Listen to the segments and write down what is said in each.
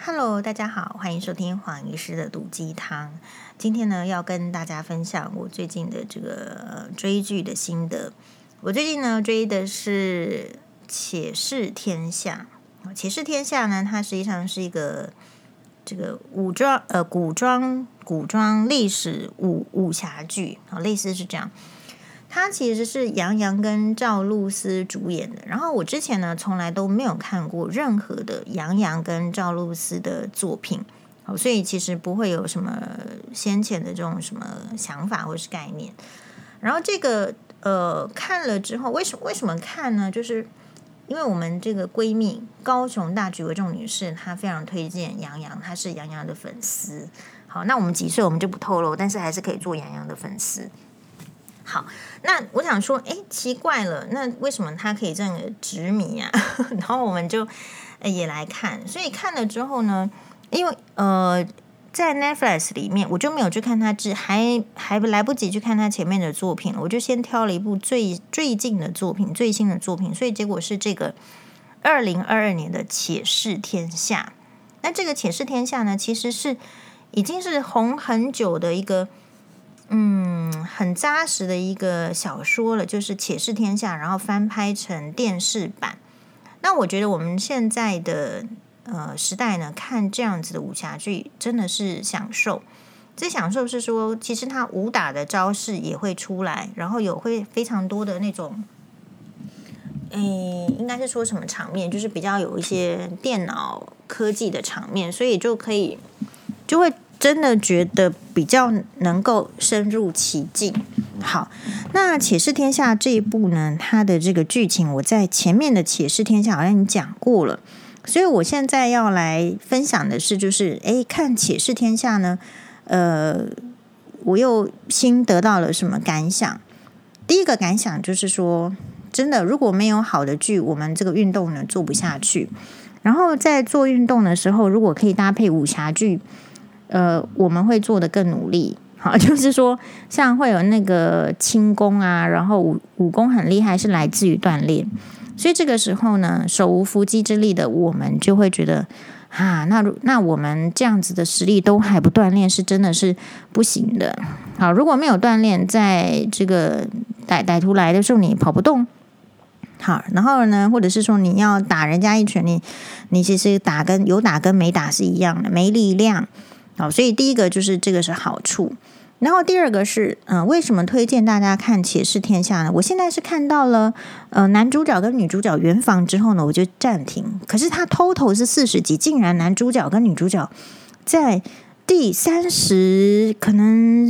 Hello，大家好，欢迎收听黄医师的毒鸡汤。今天呢，要跟大家分享我最近的这个追剧的心得。我最近呢追的是《且试天下》。《且试天下》呢，它实际上是一个这个古装历史武侠剧，类似是这样。它其实是杨洋跟赵露思主演的，然后我之前呢从来都没有看过任何的杨洋跟赵露思的作品，所以其实不会有什么先前的这种什么想法或是概念。然后这个看了之后，为什么看呢？就是因为我们这个闺蜜高雄大橘为众女士，她非常推荐杨洋，她是杨洋的粉丝。好，那我们几岁我们就不透露，但是还是可以做杨洋的粉丝。好，那我想说，奇怪了，那为什么他可以这样执迷啊？然后我们就也来看，所以看了之后呢，因为在 Netflix 里面，我就没有去看他还来不及去看他前面的作品，我就先挑了一部最近的作品，最新的作品，所以结果是这个2022年的《且试天下》。那这个《且试天下》呢，其实是已经是红很久的一个。很扎实的一个小说了，就是《且试天下》，然后翻拍成电视版。那我觉得我们现在的时代呢，看这样子的武侠剧真的是享受。这享受是说，其实它武打的招式也会出来，然后会非常多的那种，应该是说什么场面，就是比较有一些电脑科技的场面，所以就会真的觉得比较能够深入其境。好，那《且试天下》这一部呢，它的这个剧情我在前面的《且试天下》好像已经讲过了，所以我现在要来分享的是，就是看《且试天下》呢，我又新得到了什么感想？第一个感想就是说，真的如果没有好的剧，我们这个运动呢做不下去。然后在做运动的时候，如果可以搭配武侠剧，我们会做得更努力。好，就是说，像会有那个轻功啊，然后武功很厉害，是来自于锻炼。所以这个时候呢，手无缚鸡之力的我们就会觉得那我们这样子的实力都还不锻炼，是真的是不行的。好，如果没有锻炼，在这个歹徒来的时候你跑不动。好，然后呢，或者是说你要打人家一拳，你其实有打跟没打是一样的，没力量。好，所以第一个就是这个是好处，然后第二个是为什么推荐大家看《且试天下》呢？我现在是看到了男主角跟女主角圆房之后呢，我就暂停。可是他 total 是40集，竟然男主角跟女主角在第30，可能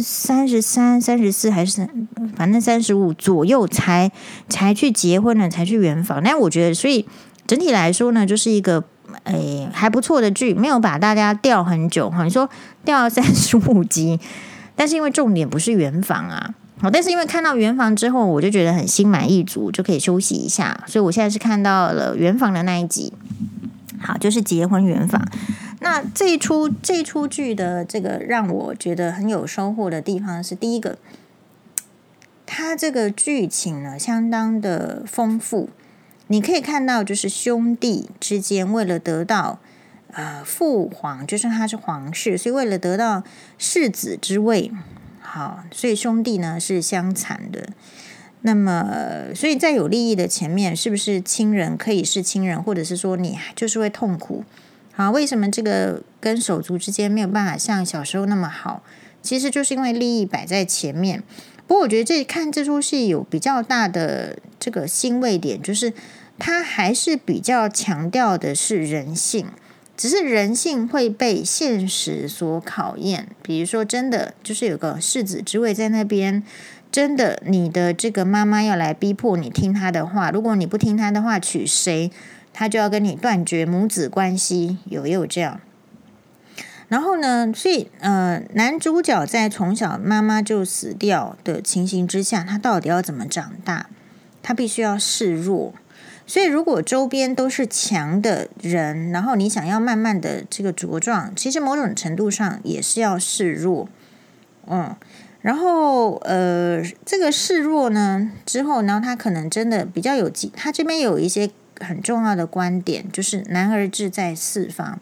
33、34还是反正35左右才去结婚了，才去圆房。但我觉得，所以整体来说呢，就是一个。还不错的剧，没有把大家吊很久哈。你说吊35集，但是因为重点不是圆房啊，但是因为看到圆房之后，我就觉得很心满意足，就可以休息一下。所以我现在是看到了圆房的那一集，好，就是结婚圆房。那这一出剧的这个让我觉得很有收获的地方是，第一个，它这个剧情呢相当的丰富。你可以看到，就是兄弟之间为了得到父皇，就是他是皇室，所以为了得到世子之位，好，所以兄弟呢是相残的。那么，所以在有利益的前面，是不是亲人可以是亲人，或者是说你就是会痛苦？好，为什么这个跟手足之间没有办法像小时候那么好？其实就是因为利益摆在前面。不过我觉得看这出戏有比较大的这个欣慰点，就是它还是比较强调的是人性，只是人性会被现实所考验。比如说真的就是有个世子之位在那边，真的你的这个妈妈要来逼迫你听她的话，如果你不听她的话娶谁，她就要跟你断绝母子关系，也有这样。然后呢，所以男主角在从小妈妈就死掉的情形之下，他到底要怎么长大？他必须要示弱。所以如果周边都是强的人，然后你想要慢慢的这个茁壮，其实某种程度上也是要示弱。然后这个示弱呢之后，然后他可能真的比较他这边有一些很重要的观点，就是男儿志在四方。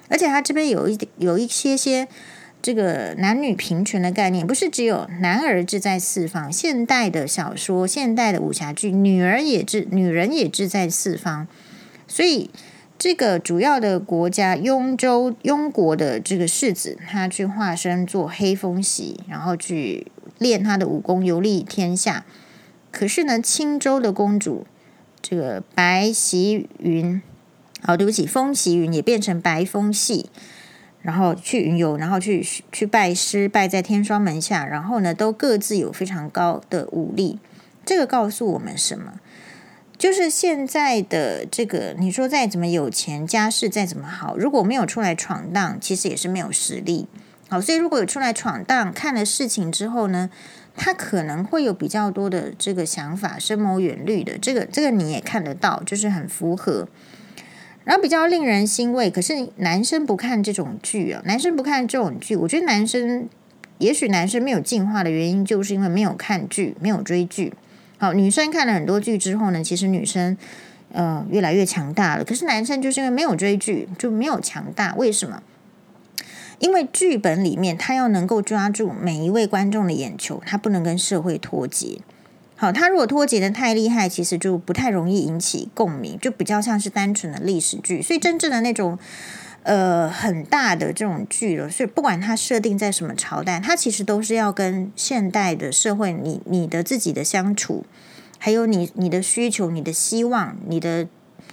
而且他这边有一些这个男女平权的概念，不是只有男儿志在四方，现代的小说、现代的武侠剧，女人也志在四方。所以这个主要的国家雍国的这个世子，他去化身做黑风息，然后去练他的武功，游历天下。可是呢，青州的公主这个白习云，对不起，风习云也变成白风系，然后去云游，然后去拜师，拜在天霜门下，然后呢，都各自有非常高的武力。这个告诉我们什么？就是现在的这个，你说再怎么有钱，家世再怎么好，如果没有出来闯荡，其实也是没有实力。好，所以如果有出来闯荡，看了事情之后呢，他可能会有比较多的这个想法，深谋远虑的。这个你也看得到，就是很符合。然后比较令人欣慰，可是男生不看这种剧啊，男生不看这种剧，我觉得也许男生没有进化的原因，就是因为没有看剧，没有追剧。好，女生看了很多剧之后呢，其实女生越来越强大了。可是男生就是因为没有追剧，就没有强大。为什么？因为剧本里面他要能够抓住每一位观众的眼球，他不能跟社会脱节。好，他如果脱节的太厉害，其实就不太容易引起共鸣，就比较像是单纯的历史剧。所以真正的那种很大的这种剧了，所以不管它设定在什么朝代，它其实都是要跟现代的社会你的自己的相处，还有你的需求、你的希望、你的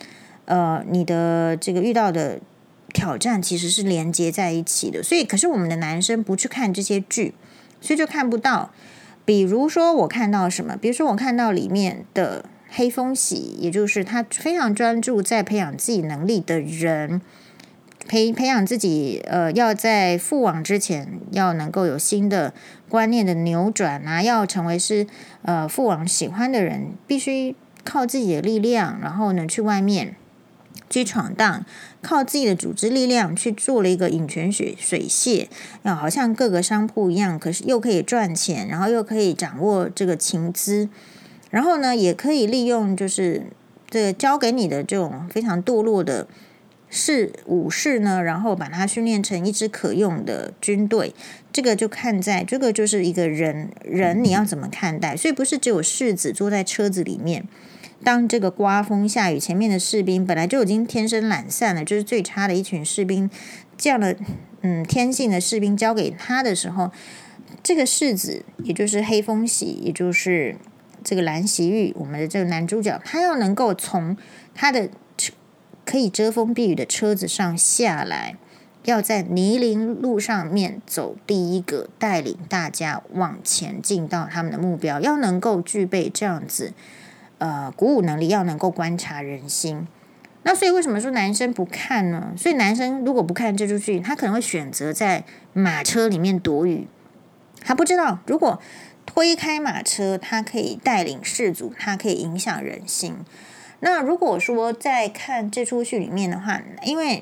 这个遇到的挑战，其实是连接在一起的。所以，可是我们的男生不去看这些剧，所以就看不到。比如说我看到什么？比如说我看到里面的黑风喜，也就是他非常专注在培养自己能力的人。培养自己，要在父王之前要能够有新的观念的扭转啊，要成为是父王喜欢的人，必须靠自己的力量，然后呢去外面去闯荡，靠自己的组织力量去做了一个饮泉水榭，好像各个商铺一样，可是又可以赚钱，然后又可以掌握这个情资，然后呢也可以利用就是这个交给你的这种非常堕落的武士呢，然后把它训练成一支可用的军队。这个就看在这个就是一个人你要怎么看待。所以不是只有士子坐在车子里面，当这个刮风下雨，前面的士兵本来就已经天生懒散了，就是最差的一群士兵，这样的天性的士兵交给他的时候，这个士子也就是黑风喜，也就是这个蓝喜玉，我们的这个男主角，他要能够从他的可以遮风避雨的车子上下来，要在泥泞路上面走第一个，带领大家往前进到他们的目标，要能够具备这样子鼓舞能力，要能够观察人心。那所以为什么说男生不看呢？所以男生如果不看这出剧，他可能会选择在马车里面躲雨。他不知道，如果推开马车，他可以带领士卒，他可以影响人心。那如果说在看这出剧里面的话，因为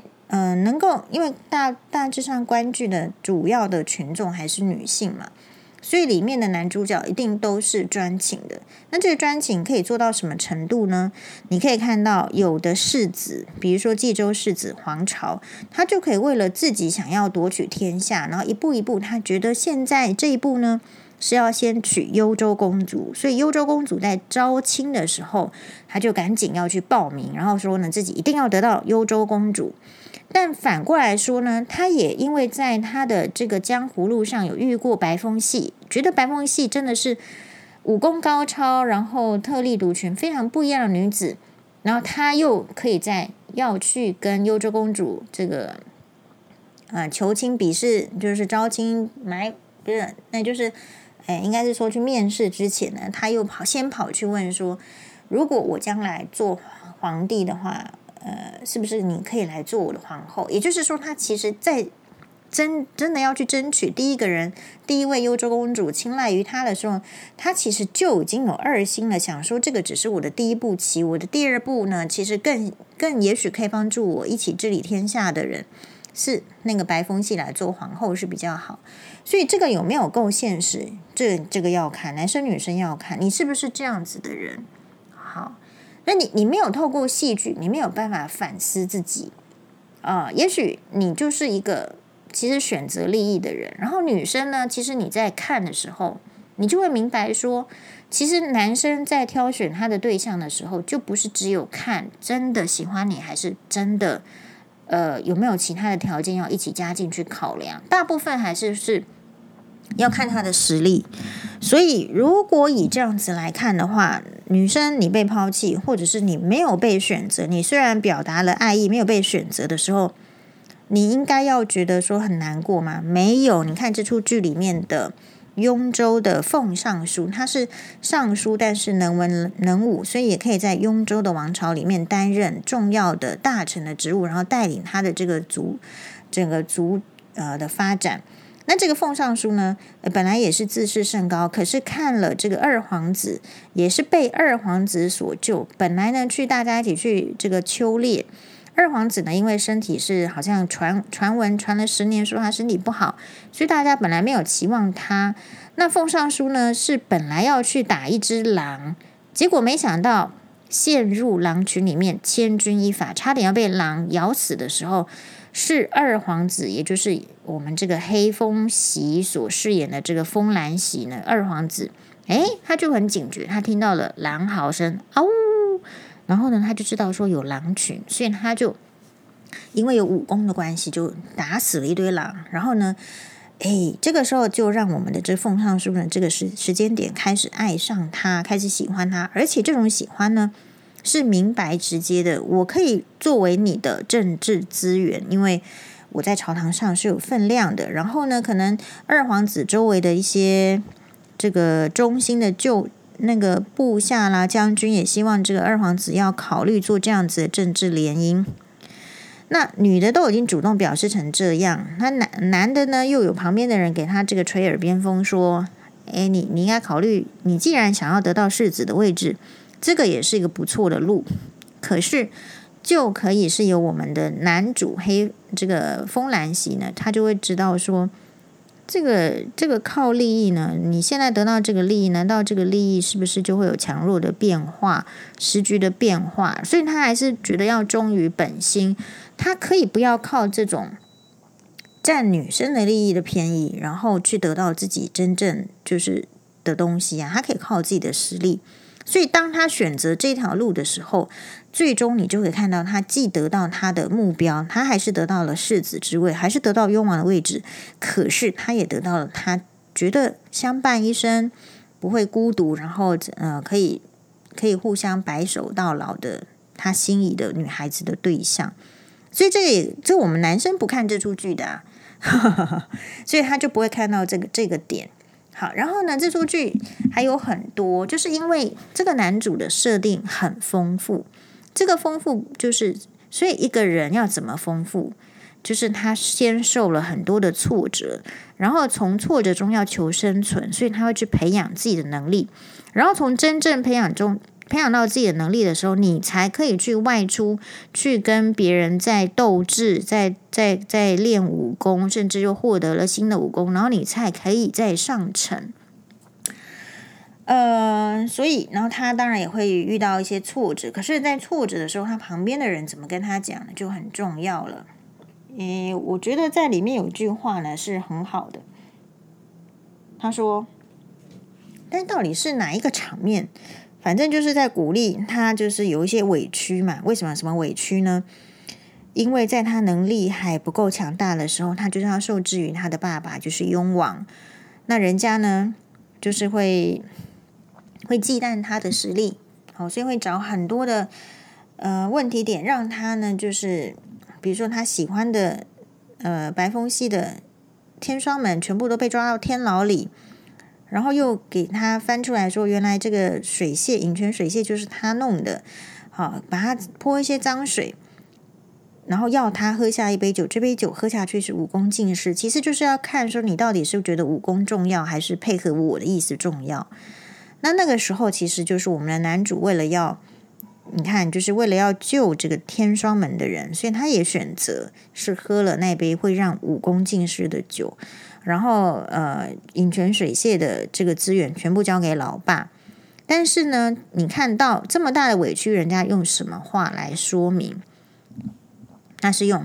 大致上观剧的主要的群众还是女性嘛，所以里面的男主角一定都是专情的。那这个专情可以做到什么程度呢？你可以看到有的士子，比如说冀州士子黄巢，他就可以为了自己想要夺取天下，然后一步一步，他觉得现在这一步呢是要先娶幽州公主，所以幽州公主在招亲的时候，他就赶紧要去报名，然后说呢自己一定要得到幽州公主。但反过来说呢，他也因为在他的这个江湖路上有遇过白风系，觉得白风系真的是武功高超，然后特立独群，非常不一样的女子，然后他又可以要去跟幽州公主这个求亲比试，就是招亲不是，那就是应该是说去面试之前呢，他又先跑去问说，如果我将来做皇帝的话，是不是你可以来做我的皇后？也就是说，他其实在真的要去争取第一位幽州公主青睐于他的时候，他其实就已经有二心了，想说这个只是我的第一步棋，我的第二步呢，其实更也许可以帮助我一起治理天下的人是那个白风系来做皇后是比较好。所以这个有没有够现实？这个要看，男生女生要看，你是不是这样子的人？好，那你没有透过戏剧，你没有办法反思自己。 也许你就是一个其实选择利益的人，然后女生呢，其实你在看的时候，你就会明白说，其实男生在挑选他的对象的时候，就不是只有看真的喜欢你，还是真的有没有其他的条件要一起加进去考量，大部分还是要看他的实力。所以如果以这样子来看的话，女生你被抛弃，或者是你没有被选择，你虽然表达了爱意，没有被选择的时候，你应该要觉得说很难过吗？没有，你看这出剧里面的雍州的奉尚书，他是尚书，但是能文能武，所以也可以在雍州的王朝里面担任重要的大臣的职务，然后带领他的这个整个族的发展。那这个奉尚书呢，本来也是自视甚高，可是看了这个二皇子，也是被二皇子所救。本来呢，大家一起去这个丘猎。二皇子呢，因为身体是好像传闻传了10年，说他身体不好，所以大家本来没有期望他。那奉尚书呢，是本来要去打一只狼，结果没想到陷入狼群里面，千钧一发，差点要被狼咬死的时候，是二皇子，也就是我们这个黑风息所饰演的这个风兰息呢，二皇子，他就很警觉，他听到了狼嚎声，然后呢，他就知道说有狼群，所以他就因为有武功的关系，就打死了一堆狼。然后呢，这个时候就让我们的这奉尚书呢，这个时间点开始爱上他，开始喜欢他，而且这种喜欢呢是明白直接的，我可以作为你的政治资源，因为我在朝堂上是有分量的。然后呢，可能二皇子周围的一些这个中心的那个部下啦、将军也希望这个二皇子要考虑做这样子的政治联姻。那女的都已经主动表示成这样，那男的呢，又有旁边的人给他这个吹耳边风说，你应该考虑，你既然想要得到世子的位置，这个也是一个不错的路。可是就可以是由我们的男主这个风兰息呢，他就会知道说，这个靠利益呢，你现在得到这个利益，难道这个利益是不是就会有强弱的变化、时局的变化？所以他还是觉得要忠于本心，他可以不要靠这种占女生的利益的便宜，然后去得到自己真正就是的东西啊，他可以靠自己的实力。所以当他选择这条路的时候，最终你就会看到他既得到他的目标，他还是得到了世子之位，还是得到雍王的位置，可是他也得到了他觉得相伴一生不会孤独，然后可以互相白首到老的他心仪的女孩子的对象。所以这我们男生不看这出剧的所以他就不会看到这个点。好，然后呢，这出剧还有很多，就是因为这个男主的设定很丰富，这个丰富就是，所以一个人要怎么丰富，就是他先受了很多的挫折，然后从挫折中要求生存，所以他会去培养自己的能力，然后从真正培养到自己的能力的时候，你才可以去外出，去跟别人在斗智，在练武功，甚至又获得了新的武功，然后你才可以再上层。所以，然后他当然也会遇到一些挫折，可是，在挫折的时候，他旁边的人怎么跟他讲呢，就很重要了。我觉得在里面有一句话呢是很好的，他说，但到底是哪一个场面？反正就是在鼓励他，就是有一些委屈嘛。为什么什么委屈呢？因为在他能力还不够强大的时候，他就是要受制于他的爸爸，就是雍王。那人家呢，就是会忌惮他的实力，所以会找很多的问题点，让他呢，就是比如说他喜欢的白风系的天双们，全部都被抓到天牢里。然后又给他翻出来说，原来这个水泄饮泉水泄就是他弄的，好，把他泼一些脏水，然后要他喝下一杯酒，这杯酒喝下去是武功尽失，其实就是要看说你到底是觉得武功重要，还是配合我的意思重要。那个时候其实就是我们的男主为了要救这个天双门的人，所以他也选择是喝了那杯会让武功尽失的酒。然后饮泉水泄的这个资源全部交给老爸，但是呢，你看到这么大的委屈，人家用什么话来说明？那是用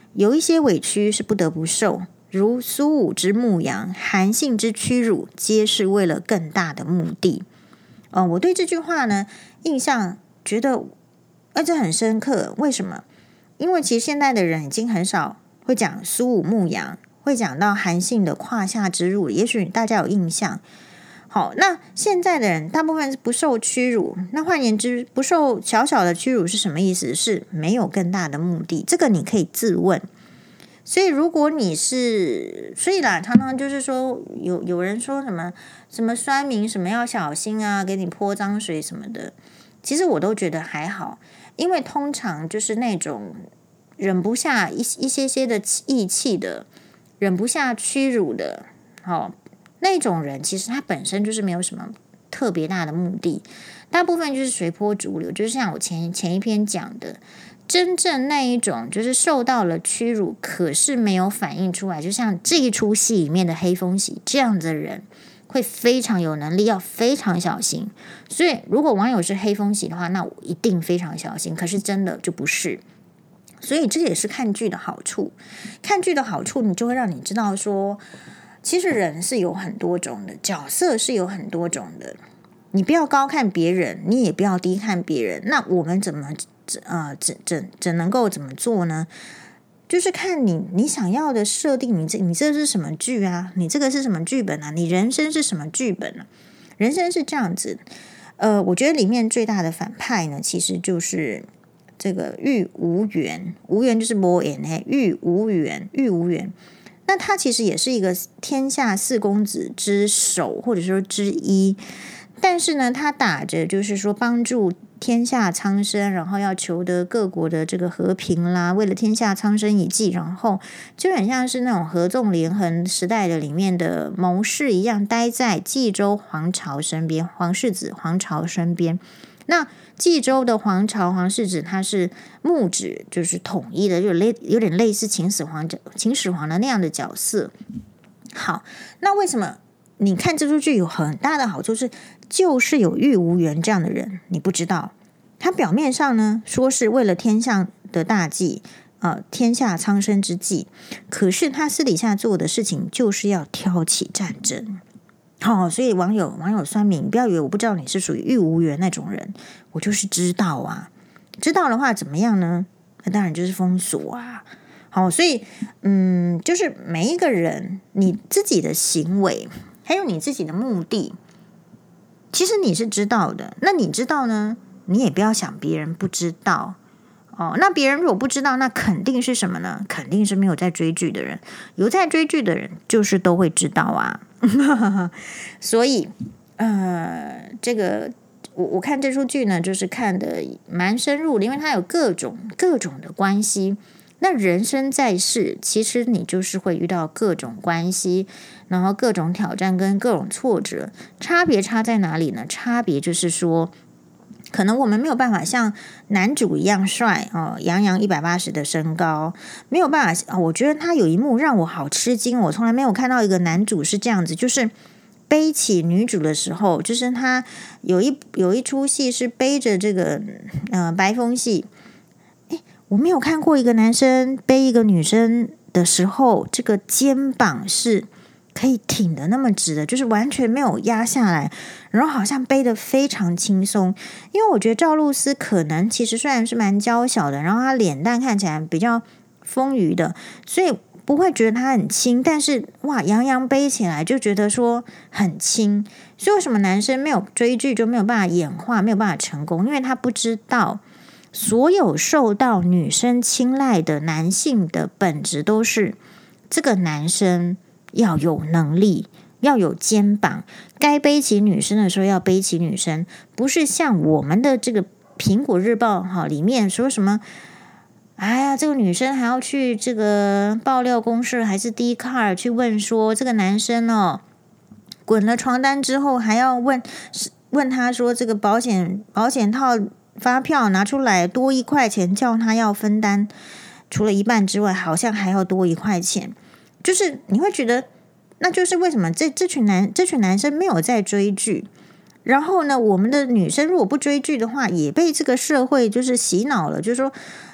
有一些委屈是不得不受，如苏武之牧羊，韩信之屈辱，皆是为了更大的目的。我对这句话呢印象觉得这很深刻。为什么？因为其实现在的人已经很少会讲苏武牧羊，会讲到韩信的胯下之辱，也许大家有印象。好，那现在的人大部分是不受屈辱，那换言之，不受小小的屈辱是什么意思？是没有更大的目的。这个你可以自问。所以如果你是，所以啦，常常就是说有人说什么酸民什么要小心啊，给你泼脏水什么的，其实我都觉得还好，因为通常就是那种忍不下一些的义气的，忍不下屈辱的，那种人其实他本身就是没有什么特别大的目的，大部分就是随波逐流，就是像我前一篇讲的，真正那一种就是受到了屈辱，可是没有反映出来，就像这一出戏里面的黑风喜这样子的人，会非常有能力，要非常小心。所以如果网友是黑风喜的话，那我一定非常小心，可是真的就不是。所以这也是看剧的好处，看剧的好处你就会让你知道说，其实人是有很多种的，角色是有很多种的，你不要高看别人，你也不要低看别人。那我们怎么只能够怎么做呢？就是看你想要的设定，你这是什么剧啊？你这个是什么剧本啊？你人生是什么剧本啊？人生是这样子。我觉得里面最大的反派呢，其实就是这个玉无缘，无缘就是无缘，玉无缘。那他其实也是一个天下四公子之首，或者说之一，但是呢，他打着就是说帮助天下苍生，然后要求得各国的这个和平啦，为了天下苍生一计，然后就很像是那种合纵连横时代的里面的谋士一样，待在冀州皇朝身边，皇室子皇朝身边。那冀州的皇朝皇室子，他是幕旨就是统一的，有点类似秦始皇的那样的角色。好，那为什么你看这出剧有很大的好处是，就是有玉无缘这样的人，你不知道他表面上呢说是为了天下的大计，天下苍生之计，可是他私底下做的事情就是要挑起战争。所以网友酸民，不要以为我不知道你是属于玉无缘那种人，我就是知道啊。知道的话怎么样呢？那当然就是封锁啊。所以就是每一个人你自己的行为，还有你自己的目的，其实你是知道的。那你知道呢，你也不要想别人不知道。那别人如果不知道，那肯定是什么呢？肯定是没有在追剧的人。有在追剧的人，就是都会知道啊。所以这个我看这出剧呢，就是看得蛮深入的，因为它有各种的关系。那人生在世，其实你就是会遇到各种关系，然后各种挑战跟各种挫折。差在哪里呢？差别就是说，可能我们没有办法像男主一样帅杨洋180的身高，没有办法。我觉得他有一幕让我好吃惊，我从来没有看到一个男主是这样子，就是背起女主的时候，就是他有一出戏是背着这个白风戏。我没有看过一个男生背一个女生的时候，这个肩膀是可以挺得那么直的，就是完全没有压下来，然后好像背得非常轻松。因为我觉得赵露思可能其实虽然是蛮娇小的，然后她脸蛋看起来比较丰腴的，所以不会觉得她很轻，但是哇，杨洋背起来就觉得说很轻。所以为什么男生没有追剧就没有办法演化，没有办法成功？因为他不知道所有受到女生青睐的男性的本质都是这个男生要有能力，要有肩膀，该背起女生的时候要背起女生，不是像我们的这个苹果日报里面说什么，哎呀，这个女生还要去这个爆料公社还是 Dcard 去问说，这个男生滚了床单之后还要问他说，这个保险套发票拿出来多1块钱，叫他要分担，除了一半之外，好像还要多1块钱。就是你会觉得，那就是为什么这群男生没有在追剧，然后呢，我们的女生如果不追剧的话，也被这个社会就是洗脑了，就是说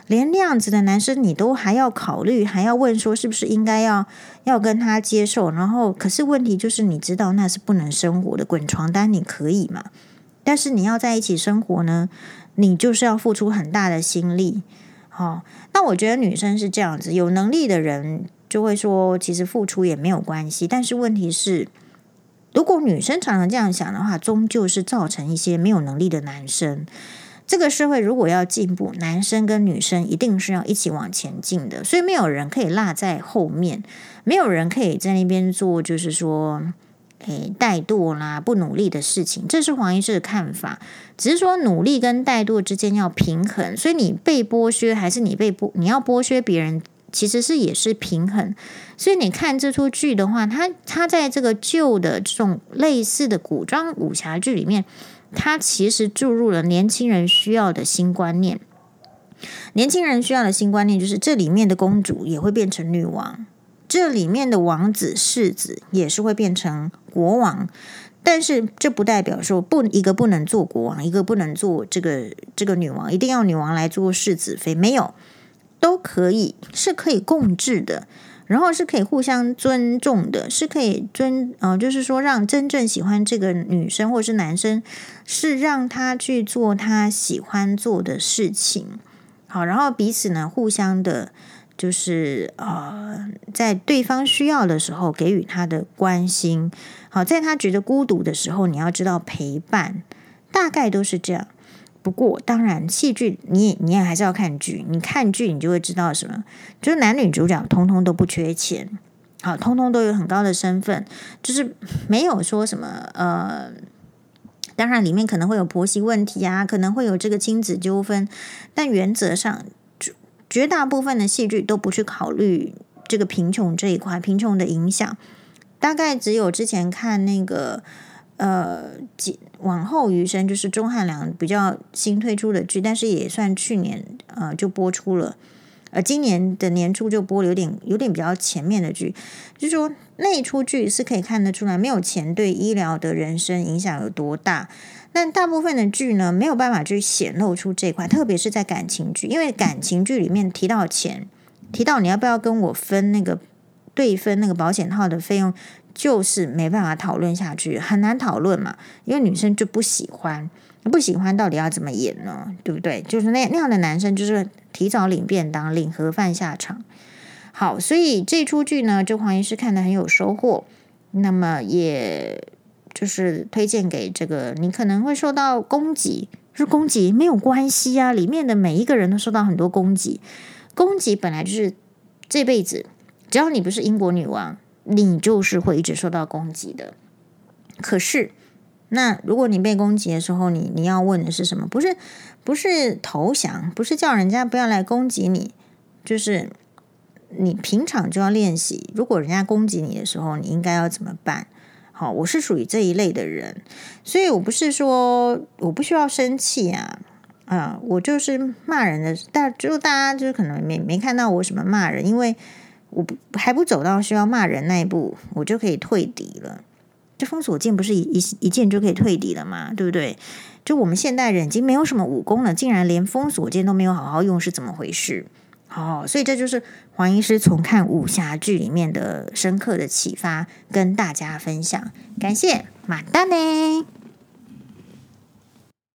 连那样子的男生你都还要考虑，还要问说是不是应该要跟他接受，然后可是问题就是你知道那是不能生活的，滚床单你可以嘛？但是你要在一起生活呢，你就是要付出很大的心力。那我觉得女生是这样子，有能力的人就会说其实付出也没有关系，但是问题是如果女生常常这样想的话，终究是造成一些没有能力的男生。这个社会如果要进步，男生跟女生一定是要一起往前进的，所以没有人可以落在后面，没有人可以在那边做就是说怠惰啦不努力的事情，这是黄医师的看法。只是说努力跟怠惰之间要平衡，所以你被剥削还是你要剥削别人，其实是也是平衡。所以你看这出剧的话，它在这个旧的这种类似的古装武侠剧里面，它其实注入了年轻人需要的新观念。年轻人需要的新观念就是这里面的公主也会变成女王，这里面的王子世子也是会变成国王，但是这不代表说一个不能做国王，一个不能做这个女王，一定要女王来做世子妃，没有，都可以，是可以共治的，然后是可以互相尊重的，是可以就是说让真正喜欢这个女生或是男生，是让他去做他喜欢做的事情。好，然后彼此呢互相的就是在对方需要的时候给予他的关心。好，在他觉得孤独的时候，你要知道陪伴，大概都是这样。不过当然戏剧你也还是要看剧，你看剧你就会知道什么，就是男女主角通通都不缺钱，好，通通都有很高的身份，就是没有说什么当然里面可能会有婆媳问题啊，可能会有这个亲子纠纷，但原则上绝大部分的戏剧都不去考虑这个贫穷这一块，贫穷的影响。大概只有之前看那个往后余生，就是钟汉良比较新推出的剧，但是也算去年就播出了，今年的年初就播了，有点比较前面的剧，就是说那一出剧是可以看得出来没有钱对医疗的人生影响有多大。但大部分的剧呢没有办法去显露出这块，特别是在感情剧，因为感情剧里面提到钱，提到你要不要跟我分那个对分那个保险套的费用，就是没办法讨论下去，很难讨论嘛，因为女生就不喜欢到底要怎么演呢？对不对？就是那样的男生就是提早领便当领盒饭下场。好，所以这出剧呢就黄医师看得很有收获，那么也就是推荐给这个你可能会受到攻击，是攻击没有关系啊，里面的每一个人都受到很多攻击本来就是这辈子只要你不是英国女王，你就是会一直受到攻击的。可是那如果你被攻击的时候，你要问的是什么？不是投降，不是叫人家不要来攻击你，就是你平常就要练习，如果人家攻击你的时候，你应该要怎么办？好，我是属于这一类的人，所以我不是说我不需要生气啊，我就是骂人的，大家就是可能没看到我什么骂人，因为我还不走到需要骂人那一步，我就可以退敌了。这封锁键不是一键就可以退敌了吗？对不对？就我们现代人已经没有什么武功了，竟然连封锁键都没有好好用，是怎么回事？所以这就是黄医师从看武侠剧里面的深刻的启发，跟大家分享。感谢，马丹呢。